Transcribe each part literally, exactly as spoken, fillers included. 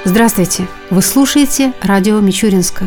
Здравствуйте! Вы слушаете радио Мичуринска.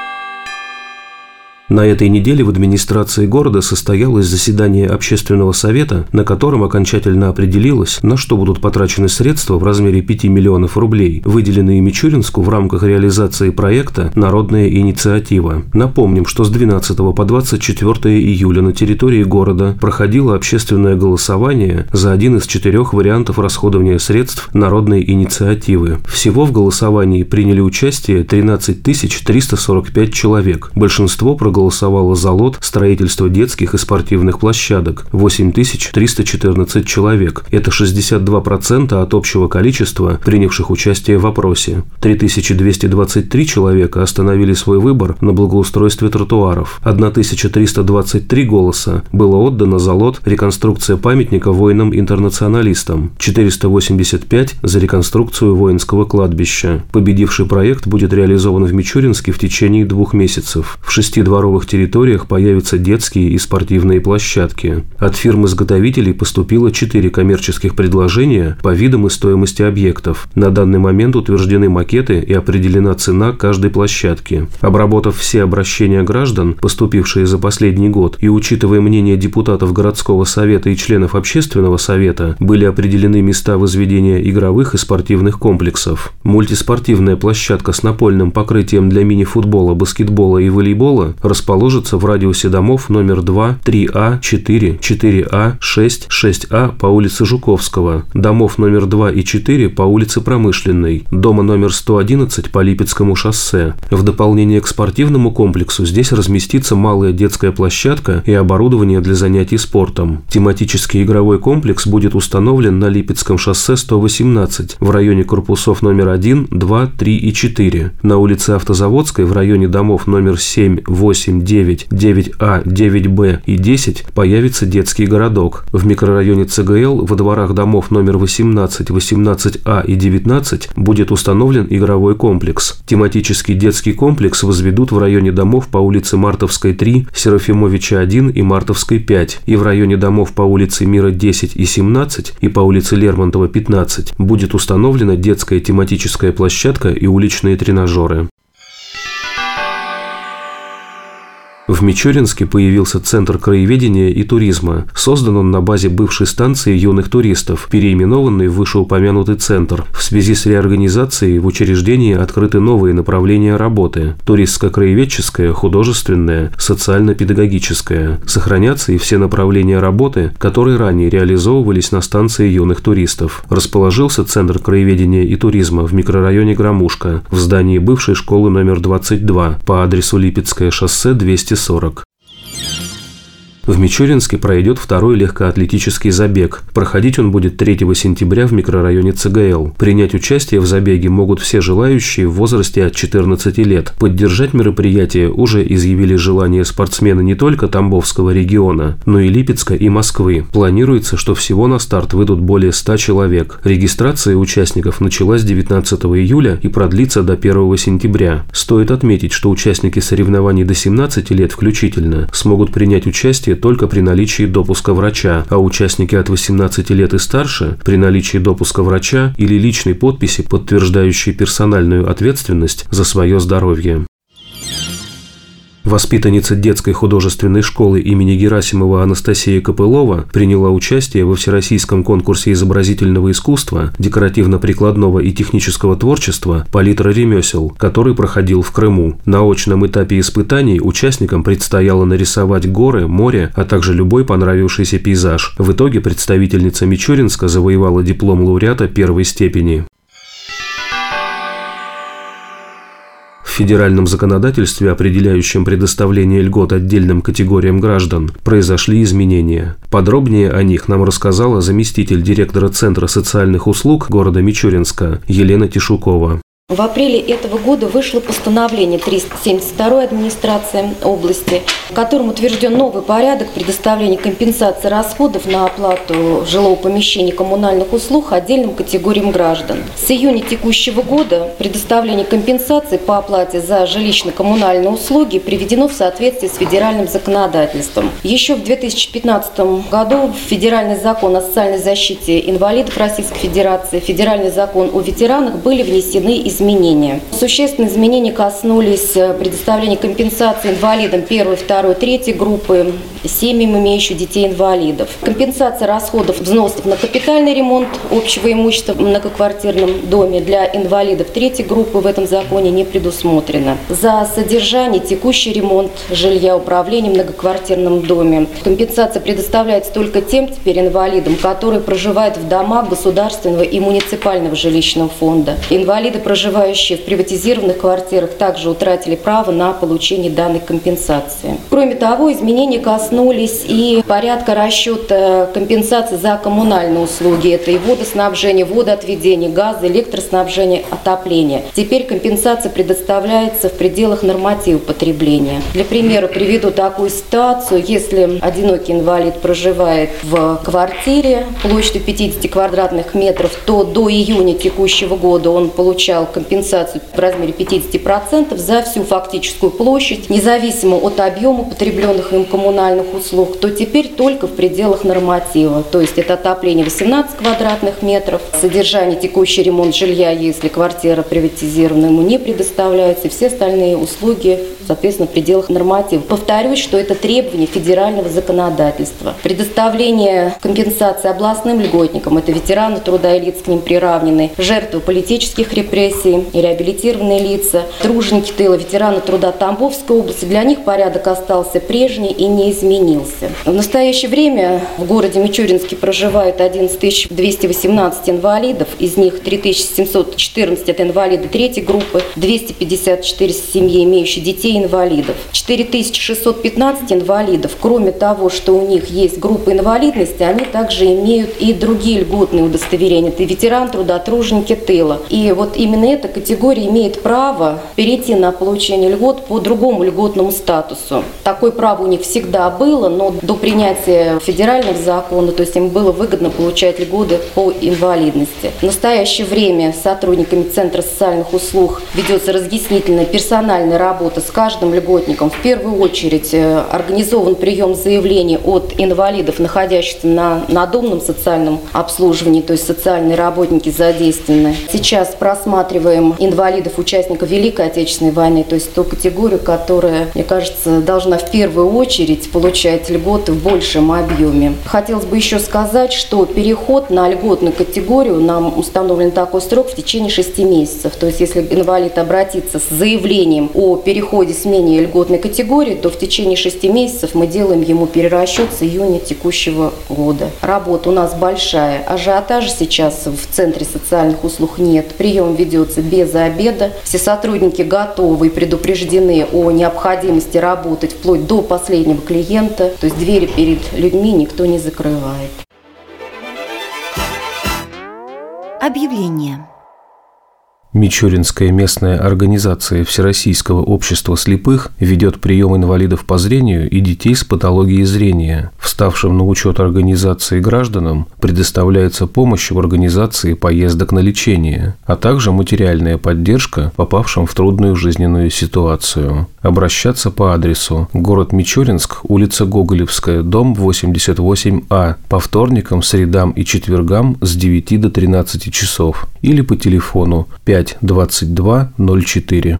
На этой неделе в администрации города состоялось заседание общественного совета, на котором окончательно определилось, на что будут потрачены средства в размере пяти миллионов рублей, выделенные Мичуринску в рамках реализации проекта «Народная инициатива». Напомним, что с двенадцатого по двадцать четвёртое июля на территории города проходило общественное голосование за один из четырех вариантов расходования средств народной инициативы. Всего в голосовании приняли участие тринадцать тысяч триста сорок пять человек. Большинство проголосовало голосовало за лот строительства детских и спортивных площадок – восемь тысяч триста четырнадцать человек. Это шестьдесят два процента от общего количества принявших участие в опросе. три тысячи двести двадцать три человека остановили свой выбор на благоустройстве тротуаров. тысяча триста двадцать три голоса было отдано за лот реконструкция памятника воинам-интернационалистам, четыреста восемьдесят пять за реконструкцию воинского кладбища. Победивший проект будет реализован в Мичуринске в течение двух месяцев. В шести дворовых территориях появятся детские и спортивные площадки. От фирм-изготовителей поступило четыре коммерческих предложения по видам и стоимости объектов. На данный момент утверждены макеты и определена цена каждой площадки. Обработав все обращения граждан, поступившие за последний год, и учитывая мнение депутатов городского совета и членов общественного совета, были определены места возведения игровых и спортивных комплексов. Мультиспортивная площадка с напольным покрытием для мини-футбола, баскетбола и волейбола расположится в радиусе домов номер два, три А, четыре, четыре А, шесть, шесть А по улице Жуковского, домов номер два и четыре по улице Промышленной, дома номер сто одиннадцать по Липецкому шоссе. В дополнение к спортивному комплексу здесь разместится малая детская площадка и оборудование для занятий спортом. Тематический игровой комплекс будет установлен на Липецком шоссе сто восемнадцать в районе корпусов номер один, два, три и четыре. На улице Автозаводской в районе домов номер семь, восемь, девять, девять А, девять Б и десять появится детский городок. В микрорайоне Цэ Гэ Эл во дворах домов номер восемнадцать, восемнадцать А и девятнадцать будет установлен игровой комплекс. Тематический детский комплекс возведут в районе домов по улице Мартовской три, Серафимовича один и Мартовской пять, и в районе домов по улице Мира десять и семнадцать и по улице Лермонтова пятнадцать будет установлена детская тематическая площадка и уличные тренажеры. В Мичуринске появился Центр краеведения и туризма. Создан он на базе бывшей станции юных туристов, переименованный в вышеупомянутый центр. В связи с реорганизацией в учреждении открыты новые направления работы – туристско-краеведческое, художественное, социально-педагогическое. Сохранятся и все направления работы, которые ранее реализовывались на станции юных туристов. Расположился Центр краеведения и туризма в микрорайоне Громушка, в здании бывшей школы номер двадцать два по адресу Липецкое шоссе двести сорок. В Мичуринске пройдет второй легкоатлетический забег. Проходить он будет третьего сентября в микрорайоне Цэ Гэ Эл. Принять участие в забеге могут все желающие в возрасте от четырнадцати лет. Поддержать мероприятие уже изъявили желание спортсмены не только Тамбовского региона, но и Липецка и Москвы. Планируется, что всего на старт выйдут более ста человек. Регистрация участников началась девятнадцатого июля и продлится до первого сентября. Стоит отметить, что участники соревнований до семнадцати лет включительно смогут принять участие только при наличии допуска врача, а участники от восемнадцати лет и старше при наличии допуска врача или личной подписи, подтверждающей персональную ответственность за свое здоровье. Воспитанница детской художественной школы имени Герасимова Анастасия Копылова приняла участие во всероссийском конкурсе изобразительного искусства, декоративно-прикладного и технического творчества «Палитра ремесел», который проходил в Крыму. На очном этапе испытаний участникам предстояло нарисовать горы, море, а также любой понравившийся пейзаж. В итоге представительница Мичуринска завоевала диплом лауреата первой степени. В федеральном законодательстве, определяющем предоставление льгот отдельным категориям граждан, произошли изменения. Подробнее о них нам рассказала заместитель директора Центра социальных услуг города Мичуринска Елена Тишукова. В апреле этого года вышло постановление триста семьдесят второй администрации области, в котором утвержден новый порядок предоставления компенсации расходов на оплату жилого помещения и коммунальных услуг отдельным категориям граждан. С июня текущего года предоставление компенсации по оплате за жилищно-коммунальные услуги приведено в соответствии с федеральным законодательством. Еще в две тысячи пятнадцатом году в Федеральный закон о социальной защите инвалидов Российской Федерации, Федеральный закон о ветеранах были внесены изменения изменения. Существенные изменения коснулись предоставления компенсации инвалидам первой, второй, третьей группы, семьям, имеющим детей-инвалидов. Компенсация расходов взносов на капитальный ремонт общего имущества в многоквартирном доме для инвалидов третьей группы в этом законе не предусмотрено. За содержание, текущий ремонт жилья управления в многоквартирном доме компенсация предоставляется только тем теперь инвалидам, которые проживают в домах государственного и муниципального жилищного фонда. Инвалиды, проживающие в приватизированных квартирах, также утратили право на получение данной компенсации. Кроме того, изменения коснулись и порядка расчета компенсации за коммунальные услуги. Это и водоснабжение, водоотведение, газа, электроснабжение, отопление. Теперь компенсация предоставляется в пределах норматива потребления. Для примера приведу такую ситуацию. Если одинокий инвалид проживает в квартире площадью пятьдесят квадратных метров, то до июня текущего года он получал компенсацию в размере пятьдесят процентов за всю фактическую площадь, независимо от объема потребленных им коммунальных услуг, то теперь только в пределах норматива. То есть это отопление восемнадцать квадратных метров, содержание, текущий ремонт жилья, если квартира приватизирована, ему не предоставляется, и все остальные услуги, соответственно, в пределах норматива. Повторюсь, что это требование федерального законодательства. Предоставление компенсации областным льготникам, это ветераны труда и лица к ним приравненные, жертвы политических репрессий, реабилитированные лица, труженики тыла, ветераны труда Тамбовской области, для них порядок остался прежний и не изменился. В настоящее время в городе Мичуринске проживают одиннадцать тысяч двести восемнадцать инвалидов, из них три тысячи семьсот четырнадцать это инвалиды третьей группы, двести пятьдесят четыре семьи, имеющие детей-инвалидов, четыре тысячи шестьсот пятнадцать инвалидов. Кроме того, что у них есть группа инвалидности, они также имеют и другие льготные удостоверения. Это ветеран труда, труженики тыла. И вот именно эта категория имеет право перейти на получение льгот по другому льготному статусу. Такое право у них всегда было, но до принятия федеральных законов, то есть им было выгодно получать льготы по инвалидности. В настоящее время сотрудниками Центра социальных услуг ведется разъяснительная персональная работа с каждым льготником. В первую очередь организован прием заявлений от инвалидов, находящихся на надомном социальном обслуживании, то есть социальные работники задействованы. Сейчас просматриваем инвалидов, участников Великой Отечественной войны, то есть ту категорию, которая, мне кажется, должна в первую очередь получать льготы в большем объеме. Хотелось бы еще сказать, что переход на льготную категорию, нам установлен такой срок в течение шести месяцев. То есть если инвалид обратится с заявлением о переходе, смене льготной категории, то в течение шести месяцев мы делаем ему перерасчет с июня текущего года. Работа у нас большая. Ажиотажа сейчас в Центре социальных услуг нет. Прием ведется без обеда. Все сотрудники готовы и предупреждены о необходимости работать вплоть до последнего клиента. То есть двери перед людьми никто не закрывает. Объявление. Мичуринская местная организация Всероссийского общества слепых ведет прием инвалидов по зрению и детей с патологией зрения. Вставшим на учет организации гражданам предоставляется помощь в организации поездок на лечение, а также материальная поддержка попавшим в трудную жизненную ситуацию. Обращаться по адресу: город Мичуринск, улица Гоголевская, дом восемьдесят восемь А, по вторникам, средам и четвергам с девяти до тринадцати часов или по телефону пять двадцать два ноль четыре.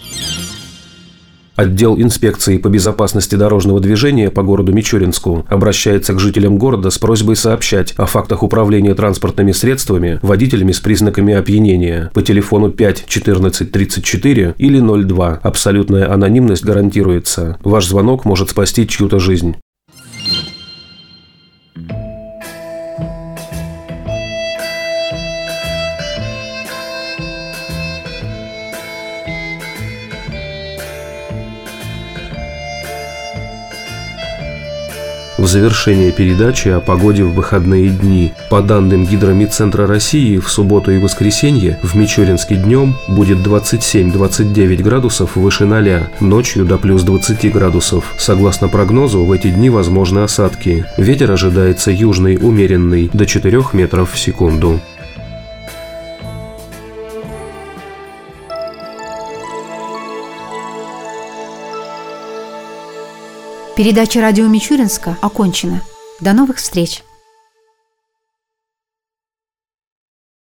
Отдел инспекции по безопасности дорожного движения по городу Мичуринску обращается к жителям города с просьбой сообщать о фактах управления транспортными средствами водителями с признаками опьянения по телефону пять четырнадцать тридцать четыре или ноль два. Абсолютная анонимность гарантируется. Ваш звонок может спасти чью-то жизнь. В завершение передачи о погоде в выходные дни. По данным Гидромедцентра России, в субботу и воскресенье в Мичуринске днем будет двадцать семь - двадцать девять градусов выше ноля, ночью до плюс двадцати градусов. Согласно прогнозу, в эти дни возможны осадки. Ветер ожидается южный умеренный, до четырёх метров в секунду. Передача радио Мичуринска окончена. До новых встреч!